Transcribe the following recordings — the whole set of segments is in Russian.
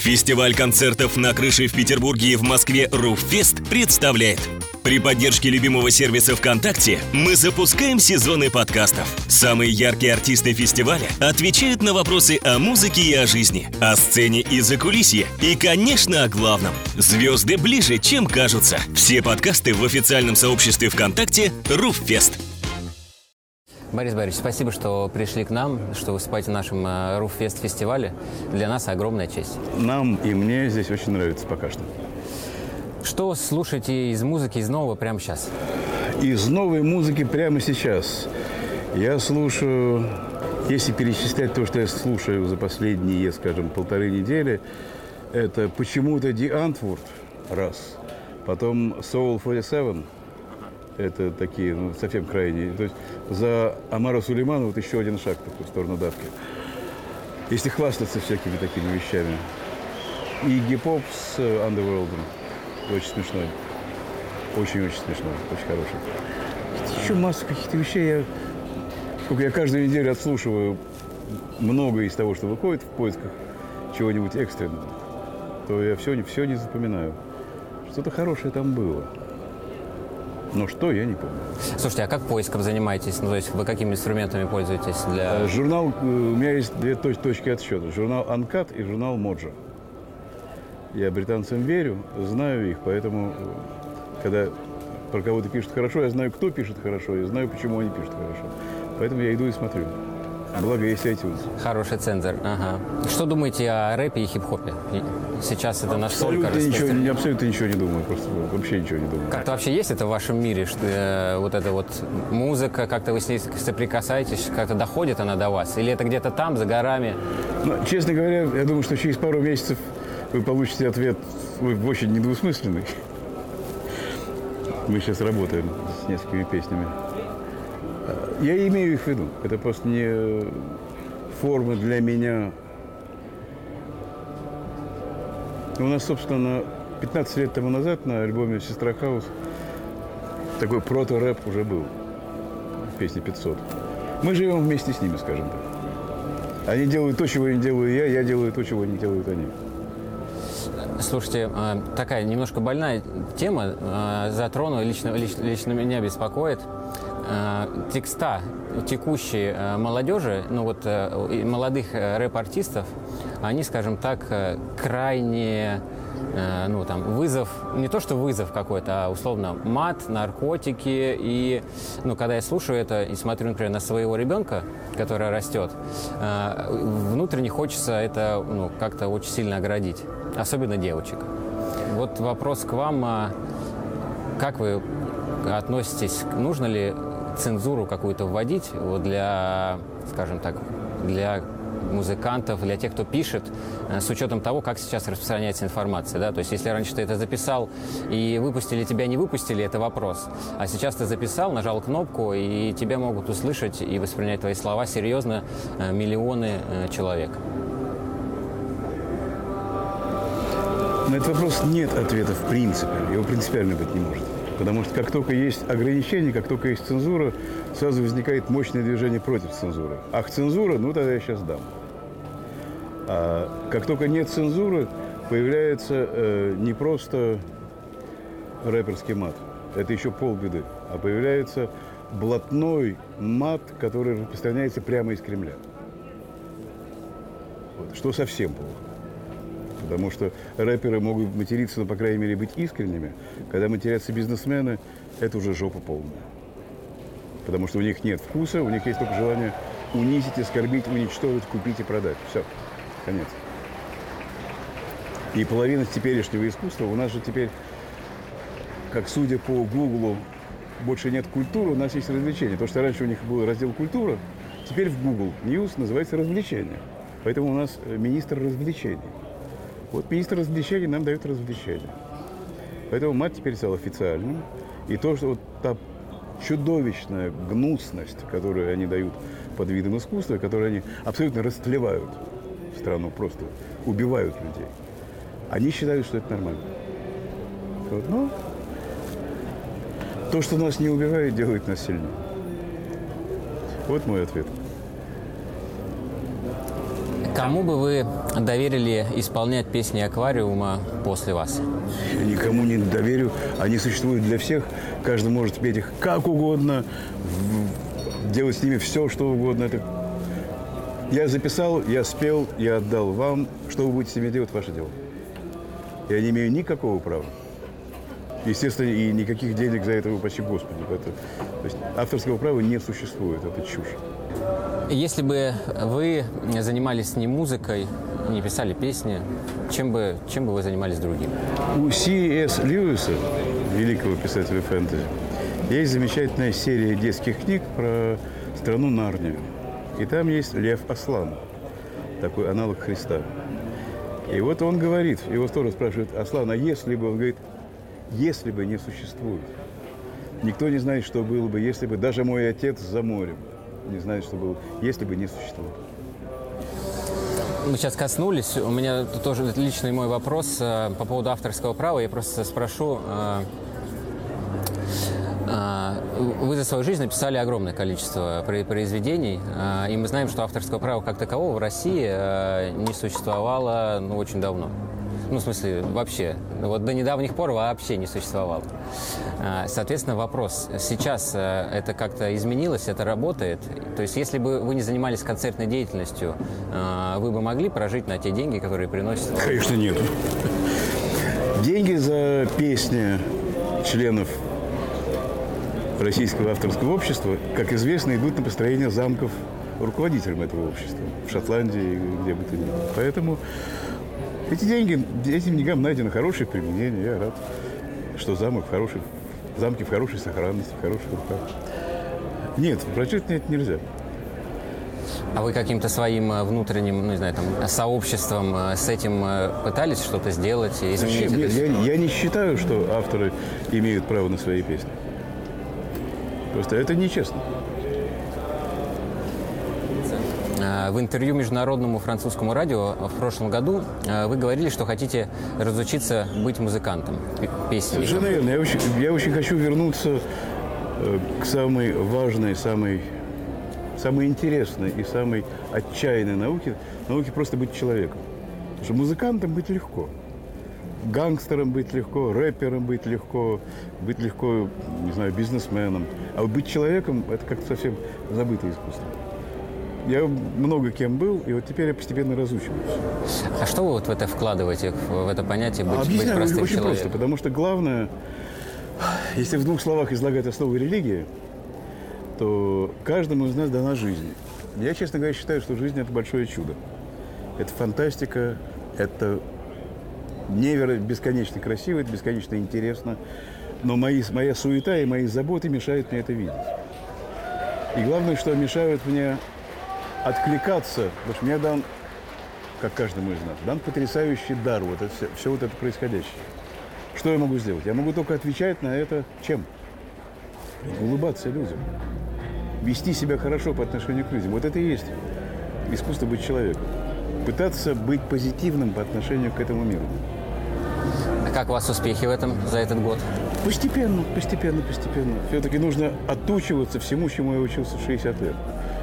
Фестиваль концертов на крыше в Петербурге и в Москве «Руффест» представляет. При поддержке любимого сервиса ВКонтакте мы запускаем сезоны подкастов. Самые яркие артисты фестиваля отвечают на вопросы о музыке и о жизни, о сцене и закулисье, и, конечно, о главном. Звезды ближе, чем кажутся. Все подкасты в официальном сообществе ВКонтакте «Руффест». Борис Борисович, спасибо, что пришли к нам, что выступаете в нашем «Руффест» фестивале. Для нас огромная честь. Нам и мне здесь очень нравится пока что. Что слушаете из музыки, из нового прямо сейчас? Из новой музыки прямо сейчас я слушаю, если перечислять то, что я слушаю за последние, скажем, 1,5 недели, это почему-то Ди Антвурд, раз, потом Soul 47, это такие, совсем крайние, то есть за Омара Сулеймана вот еще один шаг такой в сторону давки. Если хвастаться всякими такими вещами. И гип-хоп с Underworld. Очень смешной. Очень-очень смешной. Очень хороший. Еще масса каких-то вещей. Я каждую неделю отслушиваю много из того, что выходит в поисках чего-нибудь экстренного. То я все не запоминаю. Что-то хорошее там было. Но что, я не помню. Слушайте, а как поиском занимаетесь? Ну, то есть вы какими инструментами пользуетесь для... Журнал, у меня есть две точки отсчета. Журнал Uncut и журнал Mojo. Я британцам верю, знаю их, поэтому, когда про кого-то пишут хорошо, я знаю, кто пишет хорошо, я знаю, почему они пишут хорошо. Поэтому я иду и смотрю. Благо, есть iTunes. Хороший цензор, ага. Что думаете о рэпе и хип-хопе? Сейчас это настолько распространено? Абсолютно ничего не думаю, просто вообще ничего не думаю. Как-то вообще есть это в вашем мире, что вот эта вот музыка, как-то вы с ней соприкасаетесь, как-то доходит она до вас? Или это где-то там, за горами? Честно говоря, я думаю, что через пару месяцев вы получите ответ очень недвусмысленный. Мы сейчас работаем с несколькими песнями. Я имею их в виду. Это просто не форма для меня. У нас, собственно, 15 лет тому назад на альбоме «Сестра Хаус» такой прото-рэп уже был. В песне «500». Мы живем вместе с ними, скажем так. Они делают то, чего не делаю я делаю то, чего не делают они. Слушайте, такая немножко больная тема, затронула, лично меня беспокоит. Текста текущей молодежи, молодых рэп-артистов, они, скажем так, крайне, вызов, не то что вызов какой-то, а условно мат, наркотики. И, когда я слушаю это и смотрю, например, на своего ребенка, который растет, внутренне хочется это, как-то очень сильно оградить, особенно девочек. Вот вопрос к вам, как вы относитесь, нужно ли цензуру какую-то вводить для, скажем так, для музыкантов, для тех, кто пишет, с учетом того, как сейчас распространяется информация, да? То есть, если раньше ты это записал и выпустили, тебя не выпустили, это вопрос. А сейчас ты записал, нажал кнопку, и тебя могут услышать и воспринять твои слова серьезно миллионы человек. На этот вопрос нет ответа в принципе. Его принципиально быть не может. Потому что как только есть ограничения, как только есть цензура, сразу возникает мощное движение против цензуры. Ах, цензура, тогда я сейчас дам. А как только нет цензуры, появляется не просто рэперский мат. Это еще полбеды. А появляется блатной мат, который распространяется прямо из Кремля. Что совсем плохо. Потому что рэперы могут материться, но, по крайней мере, быть искренними. Когда матерятся бизнесмены, это уже жопа полная. Потому что у них нет вкуса, у них есть только желание унизить, оскорбить, уничтожить, купить и продать. Все, конец. И половина теперешнего искусства, у нас же теперь, как судя по Гуглу, больше нет культуры, у нас есть развлечения. То, что раньше у них был раздел «Культура», теперь в Google News называется «Развлечения». Поэтому у нас министр развлечений. Вот министр развлечений нам дает развлечения. Поэтому мат теперь стал официальным. И то, что вот та чудовищная гнусность, которую они дают под видом искусства, которую они абсолютно растлевают страну, просто убивают людей, они считают, что это нормально. Вот, то, что нас не убивает, делает нас сильнее. Вот мой ответ. Кому бы вы доверили исполнять песни «Аквариума» после вас? Я никому не доверю. Они существуют для всех. Каждый может петь их как угодно, делать с ними все, что угодно. Это... Я записал, я спел, я отдал вам. Что вы будете с ними делать, ваше дело. Я не имею никакого права. Естественно, и никаких денег за это, упаси Господи. То есть авторского права не существует. Это чушь. Если бы вы занимались не музыкой, не писали песни, чем бы вы занимались другим? У C.S. Льюиса, великого писателя фэнтези, есть замечательная серия детских книг про страну Нарнию. И там есть Лев Аслан, такой аналог Христа. И вот он говорит, его тоже спрашивают: Аслан, а если бы? Он говорит: если бы не существует. Никто не знает, что было бы, если бы даже мой отец за морем не знает, что было, если бы не существовало. Мы сейчас коснулись. У меня тоже личный мой вопрос по поводу авторского права. Я просто спрошу. Вы за свою жизнь написали огромное количество произведений, и мы знаем, что авторского права как такового в России не существовало очень давно. Ну, в смысле, вообще. Вот до недавних пор вообще не существовало. Соответственно, вопрос. Сейчас это как-то изменилось, это работает? То есть, если бы вы не занимались концертной деятельностью, вы бы могли прожить на те деньги, которые приносят? Конечно, нет. Деньги за песни членов Российского авторского общества, как известно, идут на построение замков руководителям этого общества. В Шотландии, где бы то ни было. Поэтому этим деньгам найдено хорошее применение. Я рад, что замки в хорошей сохранности, в хороших руках. Нет, прожить нет, нельзя. А вы каким-то своим внутренним, сообществом с этим пытались что-то сделать и изменить? Я не считаю, что авторы имеют право на свои песни. Просто это нечестно. В интервью Международному французскому радио в прошлом году вы говорили, что хотите разучиться быть музыкантом, песенником. Совершенно верно. Я очень хочу вернуться к самой важной, самой интересной и самой отчаянной науке просто быть человеком. Потому что музыкантом быть легко. Гангстером быть легко, рэпером быть легко, не знаю, бизнесменом. А вот быть человеком – это как-то совсем забытое искусство. Я много кем был, и вот теперь я постепенно разучиваюсь. А что вы вот в это вкладываете, в это понятие быть простым человеком? Очень просто, потому что главное, если в двух словах излагать основы религии, то каждому из нас дана жизнь. Я, честно говоря, считаю, что жизнь – это большое чудо. Это фантастика, это бесконечно красиво, это бесконечно интересно. Но моя суета и мои заботы мешают мне это видеть. И главное, что мешают мне откликаться, потому что мне дан, как каждому из нас, дан потрясающий дар, все вот это происходящее. Что я могу сделать? Я могу только отвечать на это чем? Улыбаться людям. Вести себя хорошо по отношению к людям. Вот это и есть искусство быть человеком. Пытаться быть позитивным по отношению к этому миру. А как у вас успехи в этом за этот год? Постепенно. Все-таки нужно отучиваться всему, чему я учился в 60 лет.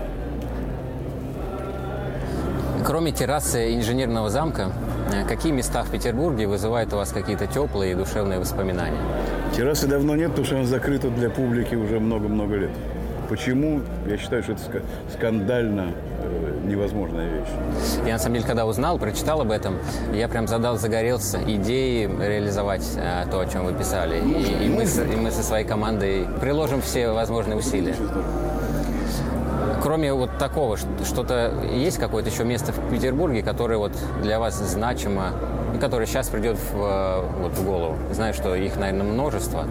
Кроме террасы инженерного замка, какие места в Петербурге вызывают у вас какие-то теплые и душевные воспоминания? Террасы давно нет, потому что она закрыта для публики уже много-много лет. Почему? Я считаю, что это скандально невозможная вещь. Я, на самом деле, когда узнал, прочитал об этом, я прям загорелся идеей реализовать то, о чем вы писали. И мы со своей командой приложим все возможные усилия. Кроме вот такого, что-то есть какое-то еще место в Петербурге, которое вот для вас значимо, и которое сейчас придет в голову? Знаю, что их, наверное, множество.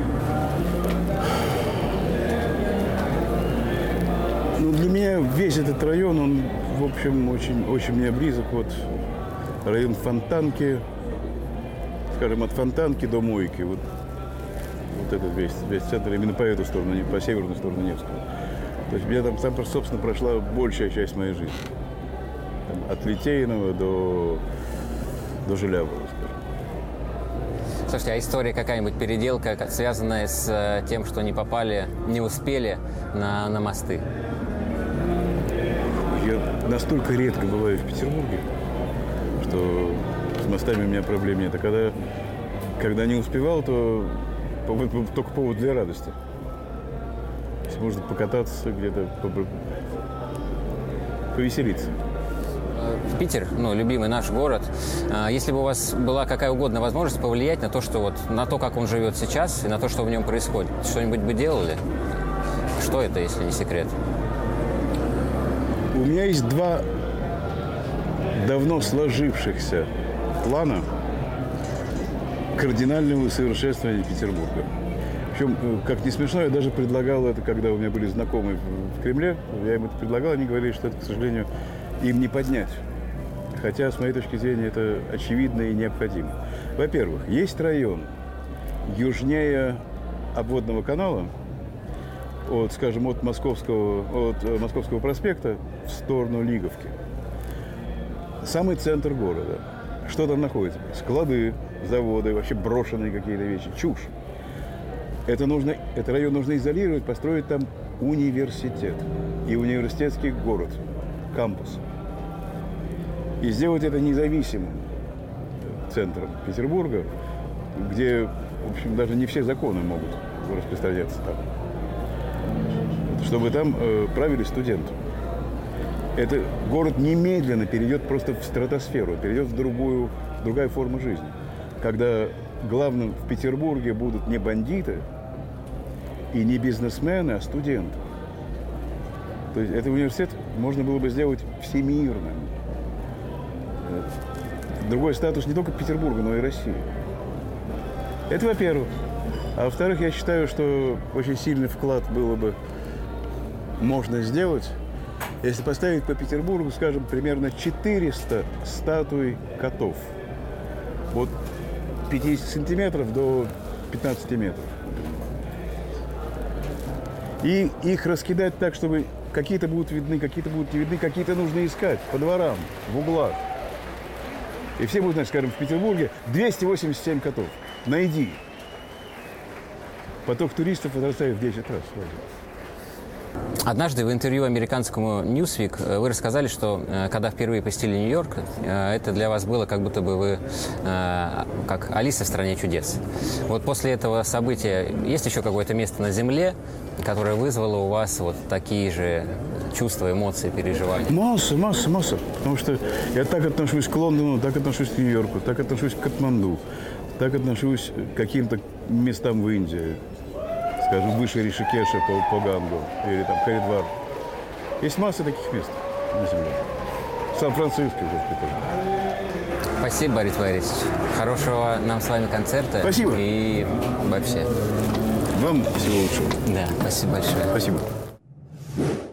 Для меня весь этот район, он, в общем, очень мне близок. Вот район Фонтанки, скажем, от Фонтанки до Мойки. Вот этот весь центр именно по эту сторону, по северную сторону Невского. То есть там, собственно, прошла большая часть моей жизни. От Литейного до Желябова, скажем. Слушайте, а история какая-нибудь, переделка, связанная с тем, что не успели на мосты? Я настолько редко бываю в Петербурге, что с мостами у меня проблем нет. А когда не успевал, то только повод для радости. Если можно покататься где-то, повеселиться. В Питер, любимый наш город. Если бы у вас была какая угодно возможность повлиять на то, как он живет сейчас, и на то, что в нем происходит, что-нибудь бы делали? Что это, если не секрет? У меня есть два давно сложившихся плана кардинального усовершенствования Петербурга. Причем, как не смешно, я даже предлагал это, когда у меня были знакомые в Кремле. Я им это предлагал, они говорили, что это, к сожалению, им не поднять. Хотя, с моей точки зрения, это очевидно и необходимо. Во-первых, есть район южнее обводного канала, от Московского проспекта в сторону Лиговки. Самый центр города. Что там находится? Склады, заводы, вообще брошенные какие-то вещи. Чушь. Этот район нужно изолировать, построить там университет. И университетский город. Кампус. И сделать это независимым центром Петербурга, где, в общем, даже не все законы могут распространяться там. Чтобы там правили студенты. Этот город немедленно перейдет просто в стратосферу, перейдет в другая форма жизни. Когда главным в Петербурге будут не бандиты и не бизнесмены, а студенты. То есть этот университет можно было бы сделать всемирным. Другой статус не только Петербурга, но и России. Это во-первых. А во-вторых, я считаю, что очень сильный вклад было бы можно сделать, если поставить по Петербургу, скажем, примерно 400 статуй котов. От 50 сантиметров до 15 метров. И их раскидать так, чтобы какие-то будут видны, какие-то будут не видны, какие-то нужно искать по дворам, в углах. И все будут знать, скажем, в Петербурге 287 котов. Найди. Поток туристов возрастает в 10 раз. Однажды в интервью американскому Newsweek вы рассказали, что когда впервые посетили Нью-Йорк, это для вас было, как будто бы вы как Алиса в «Стране чудес». Вот после этого события есть еще какое-то место на Земле, которое вызвало у вас вот такие же чувства, эмоции, переживания? Масса. Потому что я так отношусь к Лондону, так отношусь к Нью-Йорку, так отношусь к Катманду, так отношусь к каким-то местам в Индии. Скажем, выше Ришикеша по Гангу или там Харидвар. Есть масса таких мест на Земле. Сан-Франциско, господи. Спасибо, Борис Борисович. Хорошего нам с вами концерта. Спасибо. И вообще. Вам всего лучшего. Да, спасибо большое. Спасибо.